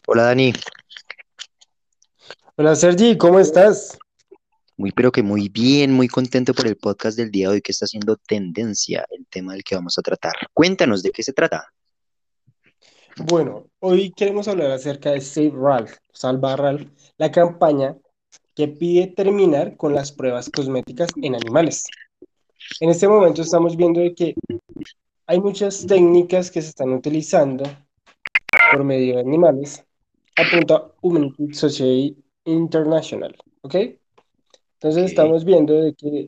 Hola Dani, Hola Sergi, ¿cómo estás? muy pero que muy bien, muy contento por el podcast del día de hoy que está haciendo tendencia el tema del que vamos a tratar. Cuéntanos de qué se trata. Bueno, hoy queremos hablar acerca de Save Ralph, Salva a Ralph, la campaña que pide terminar con las pruebas cosméticas en animales. En este momento estamos viendo de que hay muchas técnicas que se están utilizando por medio de animales, apunta Humanity Society International, ¿ok? Entonces Ok. estamos viendo de que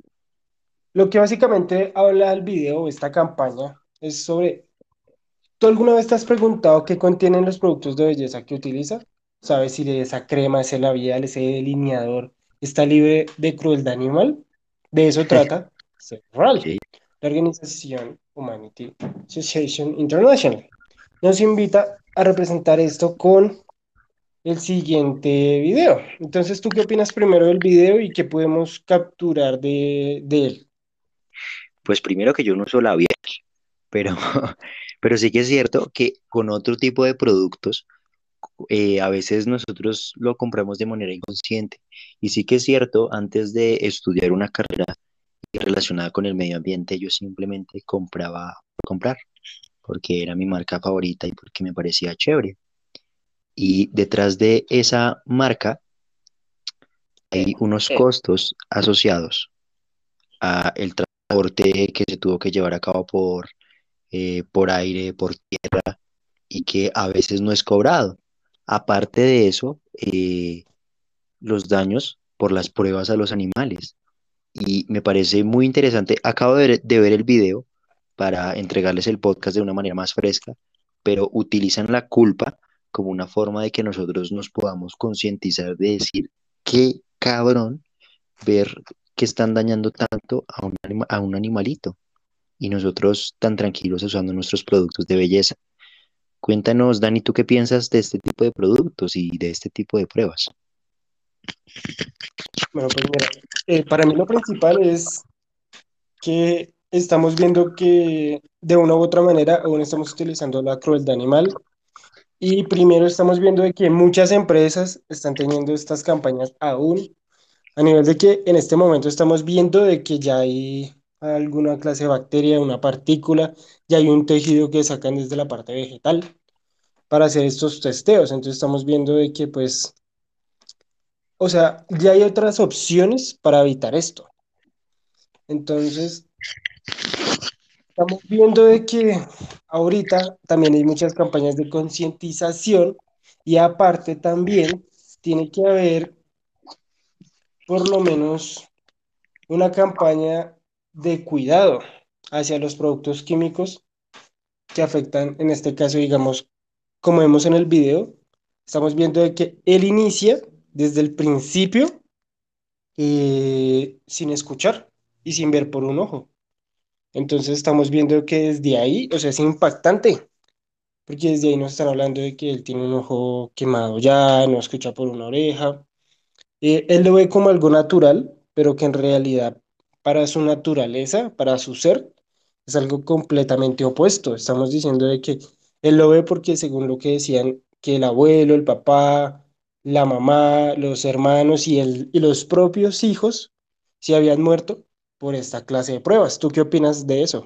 lo que básicamente habla el video, esta campaña, es sobre. ¿Tú alguna vez te has preguntado qué contienen los productos de belleza que utiliza? ¿Sabes si esa crema, ese labial, ese delineador está libre de crueldad animal? De eso trata Ok, CERRAL, la organización Humanity Association International. Nos invita a representar esto con el siguiente video. Entonces, ¿tú qué opinas primero del video y qué podemos capturar de él? pues primero que yo no uso labial, pero, pero sí que es cierto que con otro tipo de productos a veces nosotros lo compramos de manera inconsciente. Y sí que es cierto, antes de estudiar una carrera relacionada con el medio ambiente, yo simplemente compraba por comprar, porque era mi marca favorita y porque me parecía chévere. Y detrás de esa marca hay unos costos asociados a el transporte que se tuvo que llevar a cabo por aire, por tierra, y que a veces no es cobrado. Aparte de eso, los daños por las pruebas a los animales. Y me parece muy interesante. Acabo de ver el video para entregarles el podcast de una manera más fresca, pero utilizan la culpa como una forma de que nosotros nos podamos concientizar de decir, qué cabrón ver que están dañando tanto a un animalito y nosotros tan tranquilos usando nuestros productos de belleza. Cuéntanos, Dani, ¿tú qué piensas de este tipo de productos y de este tipo de pruebas? Bueno, pues mira, para mí lo principal es que estamos viendo que de una u otra manera aún estamos utilizando la crueldad animal y primero estamos viendo de que muchas empresas están teniendo estas campañas aún a nivel de que en este momento estamos viendo de que ya hay alguna clase de bacteria, una partícula, ya hay un tejido que sacan desde la parte vegetal para hacer estos testeos. Entonces estamos viendo de que pues, o sea, ya hay otras opciones para evitar esto. Entonces, estamos viendo de que ahorita también hay muchas campañas de concientización y aparte también tiene que haber por lo menos una campaña de cuidado hacia los productos químicos que afectan, en este caso, digamos, como vemos en el video, estamos viendo de que él inicia desde el principio sin escuchar y sin ver por un ojo. Entonces estamos viendo que desde ahí, o sea, es impactante. Porque desde ahí nos están hablando de que él tiene un ojo quemado ya, no escucha por una oreja. Él lo ve como algo natural, pero que en realidad para su naturaleza, para su ser, es algo completamente opuesto. Estamos diciendo de que él lo ve porque según lo que decían, que el abuelo, el papá, la mamá, los hermanos y los propios hijos se habían muerto por esta clase de pruebas. ¿Tú qué opinas de eso?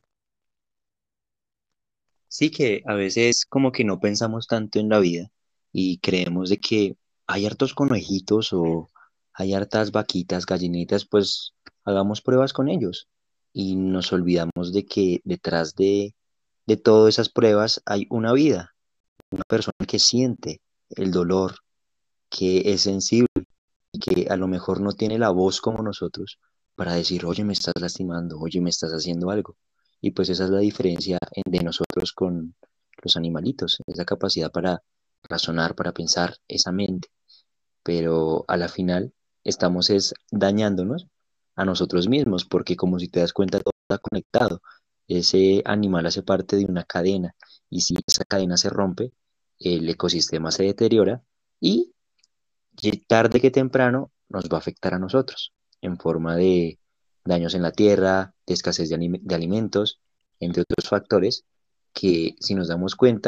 Sí que a veces como que no pensamos tanto en la vida y creemos de que hay hartos conejitos o hay hartas vaquitas, gallinitas, pues hagamos pruebas con ellos. Y nos olvidamos de que detrás de todas esas pruebas hay una vida, una persona que siente el dolor, que es sensible y que a lo mejor no tiene la voz como nosotros para decir, oye, me estás lastimando, oye, me estás haciendo algo. Y pues esa es la diferencia de nosotros con los animalitos, esa capacidad para razonar, para pensar, esa mente. Pero a la final estamos es dañándonos a nosotros mismos, porque como si te das cuenta, todo está conectado. Ese animal hace parte de una cadena y si esa cadena se rompe, el ecosistema se deteriora y tarde que temprano nos va a afectar a nosotros en forma de daños en la tierra, de escasez de alimentos, entre otros factores que si nos damos cuenta,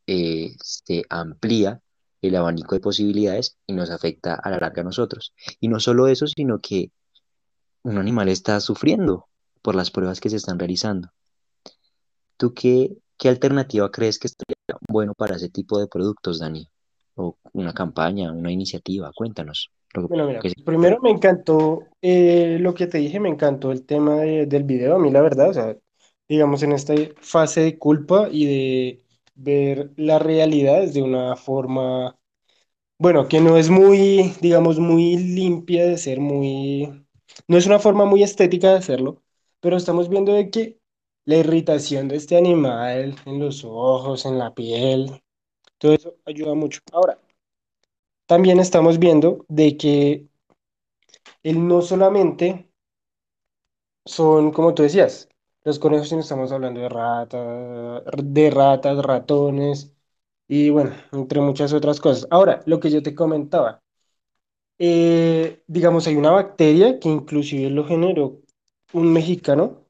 se amplía el abanico de posibilidades y nos afecta a la larga a nosotros. Y no solo eso, sino que un animal está sufriendo por las pruebas que se están realizando. ¿Tú qué alternativa crees que estaría bueno para ese tipo de productos, Dani? O una campaña, una iniciativa, cuéntanos Bueno, lo mira, que se te primero ocurra. me encantó lo que te dije, me encantó el tema del video, a mí la verdad, o sea, digamos en esta fase de culpa y de ver la realidad de una forma, bueno, que no es muy, digamos, muy limpia de ser muy, no es una forma muy estética de hacerlo, pero estamos viendo de que la irritación de este animal en los ojos, en la piel, todo eso ayuda mucho. Ahora, también estamos viendo de que él no solamente son, como tú decías, los conejos, si no estamos hablando de ratas, ratones y bueno, entre muchas otras cosas. Ahora, lo que yo te comentaba, digamos, hay una bacteria que inclusive lo generó un mexicano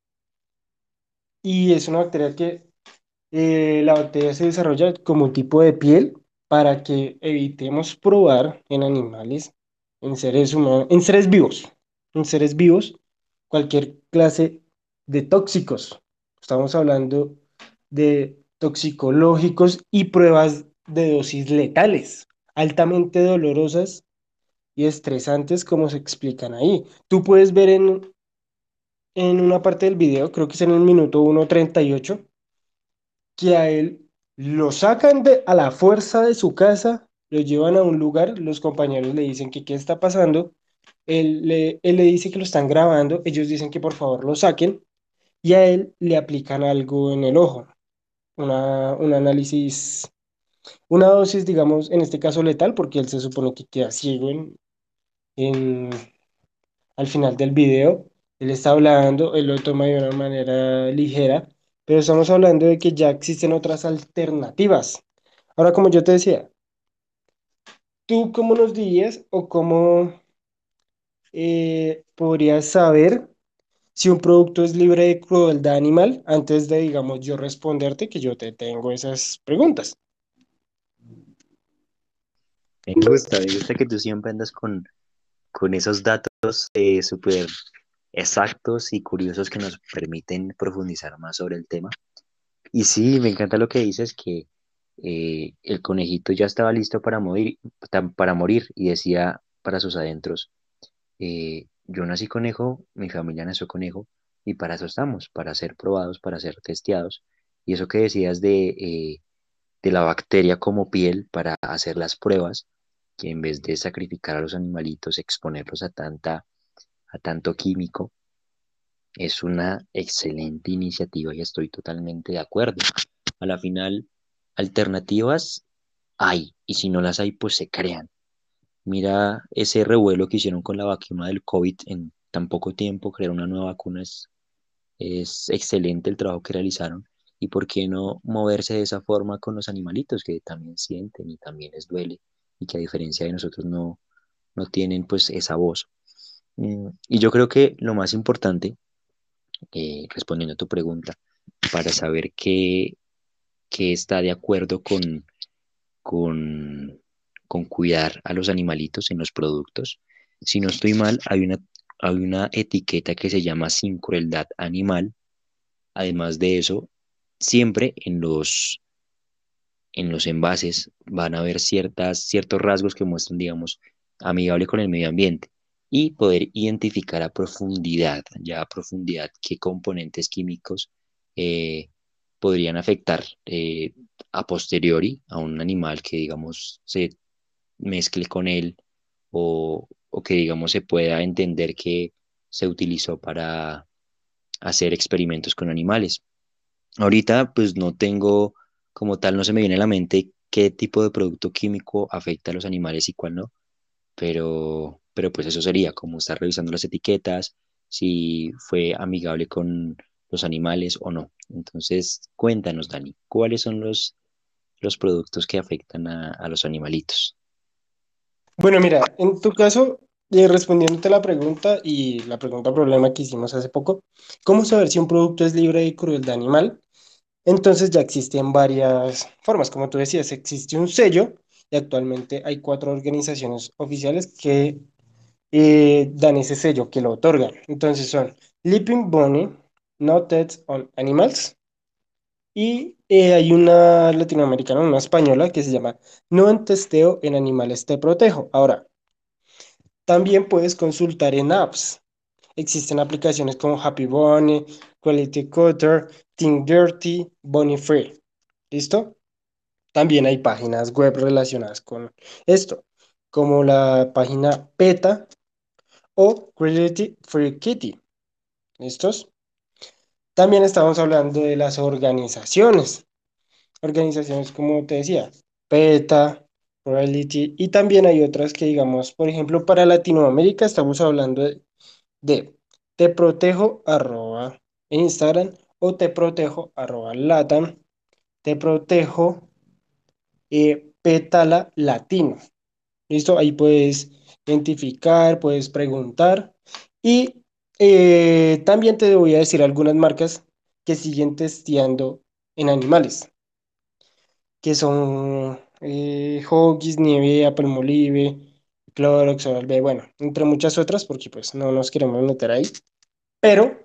y es una bacteria que la bacteria se desarrolla como un tipo de piel para que evitemos probar en animales, en seres humanos, en seres vivos, cualquier clase de tóxicos. Estamos hablando de toxicológicos y pruebas de dosis letales, altamente dolorosas y estresantes, como se explican ahí. Tú puedes ver en una parte del video, creo que es en el minuto 1:38 que a él lo sacan a la fuerza de su casa, lo llevan a un lugar, los compañeros le dicen que qué está pasando, él le dice que lo están grabando, ellos dicen que por favor lo saquen y a él le aplican algo en el ojo, un análisis, una dosis, digamos, en este caso letal, porque él se supone que queda ciego en, al final del video. Él está hablando, él lo toma de una manera ligera, pero estamos hablando de que ya existen otras alternativas. Ahora, como yo te decía, ¿tú cómo nos dirías o cómo podrías saber si un producto es libre de crueldad animal antes de, digamos, yo responderte que yo te tengo esas preguntas? Me gusta que tú siempre andas con esos datos súper exactos y curiosos que nos permiten profundizar más sobre el tema. Y sí, me encanta lo que dices, que el conejito ya estaba listo para morir y decía para sus adentros, yo nací conejo, mi familia nació conejo y para eso estamos, para ser probados, para ser testeados. Y eso que decías de la bacteria como piel para hacer las pruebas, que en vez de sacrificar a los animalitos, exponerlos a tanto químico, es una excelente iniciativa y estoy totalmente de acuerdo. A la final, alternativas hay, y si no las hay, pues se crean. Mira ese revuelo que hicieron con la vacuna del COVID en tan poco tiempo, crear una nueva vacuna es excelente el trabajo que realizaron. ¿Y por qué no moverse de esa forma con los animalitos que también sienten y también les duele y que a diferencia de nosotros no tienen pues esa voz? Y yo creo que lo más importante, respondiendo a tu pregunta, para saber que está de acuerdo con, con cuidar a los animalitos en los productos. Si no estoy mal, hay una etiqueta que se llama sin crueldad animal. Además de eso, siempre en los envases van a haber ciertos rasgos que muestran, digamos, amigable con el medio ambiente y poder identificar a profundidad, ya a profundidad, qué componentes químicos eh, podrían afectar a posteriori a un animal que, digamos, se mezcle con él o que, digamos, se pueda entender que se utilizó para hacer experimentos con animales. Ahorita, pues no tengo, como tal, no se me viene a la mente qué tipo de producto químico afecta a los animales y cuál no, pero pues eso sería como estar revisando las etiquetas, si fue amigable con los animales o no. Entonces, cuéntanos, Dani, ¿cuáles son los productos que afectan a los animalitos? Bueno, mira, en tu caso, respondiéndote la pregunta y la pregunta problema que hicimos hace poco, ¿cómo saber si un producto es libre de crueldad animal? Entonces ya existen varias formas, como tú decías, existe un sello y actualmente hay 4 organizaciones oficiales que dan ese sello, que lo otorgan. Entonces son Leaping Bunny, Noted on Animals y hay una latinoamericana, una española que se llama No en testeo en animales te protejo. Ahora, también puedes consultar en apps. Existen aplicaciones como Happy Bunny, Quality Cutter, Think Dirty, Bunny Free. ¿Listo? También hay páginas web relacionadas con esto, como la página PETA o Cruelty Free Kitty. ¿Listos? También estamos hablando de las organizaciones. Organizaciones como te decía, PETA, Cruelty, y también hay otras que digamos, por ejemplo, para Latinoamérica estamos hablando de te protejo arroba en Instagram o te protejo arroba latam, te protejo pétala latino. ¿Listo? Ahí puedes identificar, puedes preguntar y también te voy a decir algunas marcas que siguen testeando en animales, que son Huggies, Nivea, Palmolive, Clorox, Oral-B, bueno, entre muchas otras porque pues no nos queremos meter ahí, pero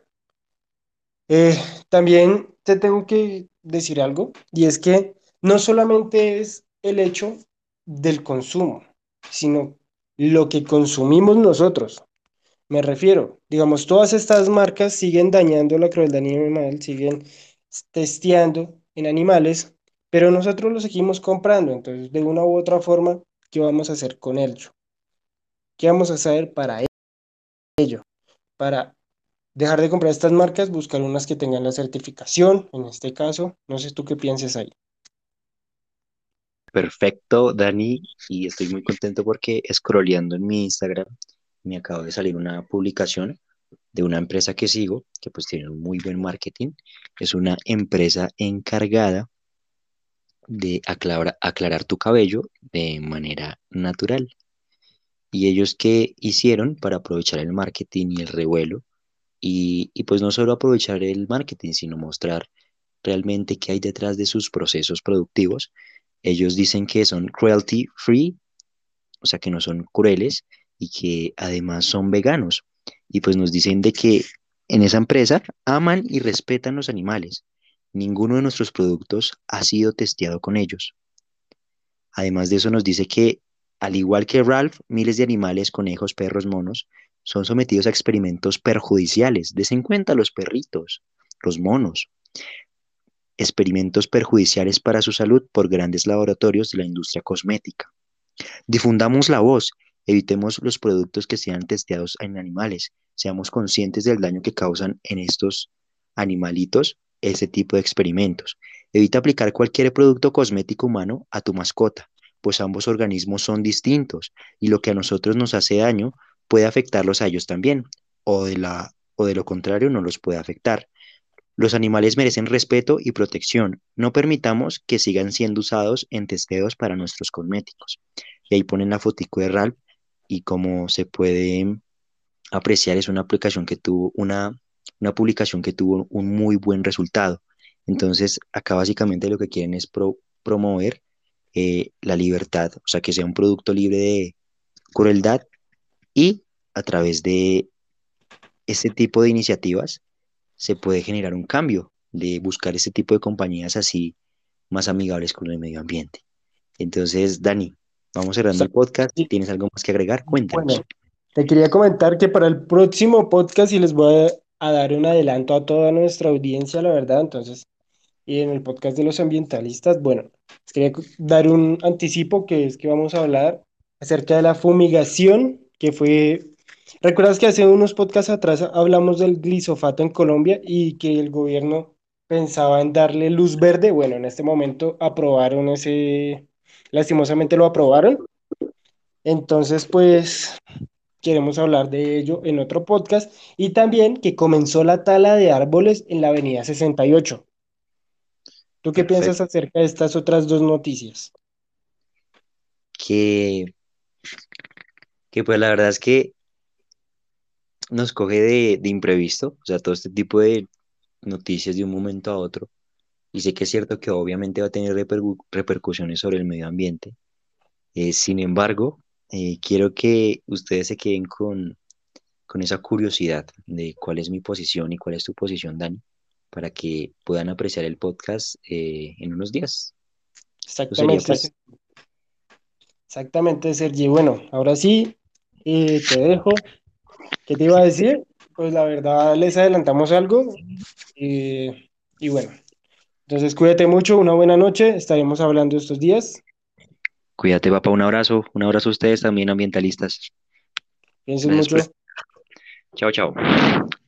Eh, también te tengo que decir algo, y es que no solamente es el hecho del consumo, sino lo que consumimos nosotros. Me refiero, digamos, todas estas marcas siguen dañando la crueldad animal, siguen testeando en animales, pero nosotros lo seguimos comprando. Entonces, de una u otra forma, ¿qué vamos a hacer con ello? ¿Qué vamos a hacer para ello? Para dejar de comprar estas marcas, buscar unas que tengan la certificación, en este caso. No sé tú qué pienses ahí. Perfecto, Dani, y estoy muy contento porque scrolleando en mi Instagram me acaba de salir una publicación de una empresa que sigo, que pues tiene un muy buen marketing. Es una empresa encargada de aclarar tu cabello de manera natural. ¿Y ellos qué hicieron para aprovechar el marketing y el revuelo? Y pues no solo aprovechar el marketing, sino mostrar realmente qué hay detrás de sus procesos productivos. Ellos dicen que son cruelty free, o sea que no son crueles y que además son veganos. Y pues nos dicen de que en esa empresa aman y respetan los animales. Ninguno de nuestros productos ha sido testeado con ellos. Además de eso nos dice que, al igual que Ralph, miles de animales, conejos, perros, monos, son sometidos a experimentos perjudiciales. Des en cuenta los perritos, los monos, experimentos perjudiciales para su salud por grandes laboratorios de la industria cosmética. Difundamos la voz, evitemos los productos que sean testeados en animales, seamos conscientes del daño que causan en estos animalitos ese tipo de experimentos. Evita aplicar cualquier producto cosmético humano a tu mascota, pues ambos organismos son distintos y lo que a nosotros nos hace daño puede afectarlos a ellos también, o de lo contrario no los puede afectar. Los animales merecen respeto y protección. No permitamos que sigan siendo usados en testeos para nuestros cosméticos. Y ahí ponen la fotico de Ralph y como se puede apreciar es una aplicación que tuvo una publicación que tuvo un muy buen resultado. Entonces, acá básicamente lo que quieren es promover la libertad, o sea, que sea un producto libre de crueldad y a través de este tipo de iniciativas se puede generar un cambio de buscar ese tipo de compañías así más amigables con el medio ambiente. Entonces, Dani, vamos cerrando el podcast. Sí, ¿Tienes algo más que agregar? bueno, Cuéntanos. te quería comentar que para el próximo podcast y les voy a dar un adelanto a toda nuestra audiencia, la verdad. Entonces, y en el podcast de los ambientalistas, bueno, les quería dar un anticipo que es que vamos a hablar acerca de la fumigación, que fue, ¿recuerdas que hace unos podcasts atrás hablamos del glisofato en Colombia y que el gobierno pensaba en darle luz verde? Bueno, en este momento aprobaron ese, lastimosamente lo aprobaron. Entonces, pues queremos hablar de ello en otro podcast y también que comenzó la tala de árboles en la avenida 68. ¿Tú qué piensas Perfecto. acerca de estas otras dos noticias? Que, que pues la verdad es que nos coge de imprevisto, o sea, todo este tipo de noticias de un momento a otro. y sé que es cierto que obviamente va a tener repercusiones sobre el medio ambiente. Sin embargo, quiero que ustedes se queden con esa curiosidad de cuál es mi posición y cuál es tu posición, Dani, para que puedan apreciar el podcast en unos días. Eso sería Exactamente, pues, exactamente, Sergi. Bueno, ahora sí, te dejo. ¿Qué te iba a decir? Pues la verdad les adelantamos algo. Y bueno, entonces cuídate mucho, una buena noche, estaremos hablando estos días. cuídate, papá, un abrazo a ustedes también, ambientalistas. Piensen Gracias por... mucho. Chao, chao.